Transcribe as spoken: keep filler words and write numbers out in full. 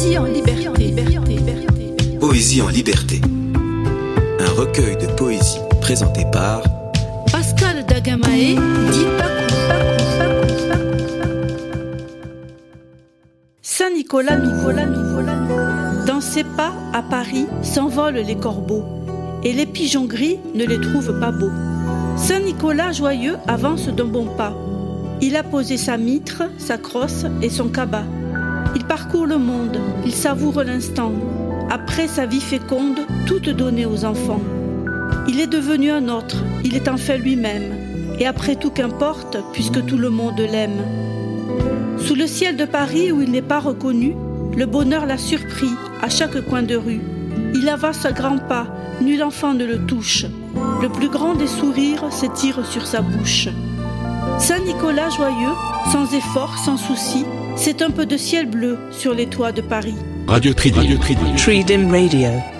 Poésie en liberté. Poésie en liberté. Un recueil de poésie présenté par Pascal Dagamae, dit Saint-Nicolas, Nicolas, Nicolas. Dans ses pas, à Paris, s'envolent les corbeaux, et les pigeons gris ne les trouvent pas beaux. Saint-Nicolas joyeux avance d'un bon pas. Il a posé sa mitre, sa crosse et son cabas. Il parcourt le monde, il savoure l'instant. Après sa vie féconde, toute donnée aux enfants. Il est devenu un autre, il est enfin lui-même. Et après tout qu'importe, puisque tout le monde l'aime. Sous le ciel de Paris où il n'est pas reconnu, le bonheur l'a surpris à chaque coin de rue. Il avance à grands pas, nul enfant ne le touche. Le plus grand des sourires s'étire sur sa bouche. Saint-Nicolas joyeux, sans effort, sans souci, c'est un peu de ciel bleu sur les toits de Paris. Radio Tridim. Radio Tridim. Tridim Radio.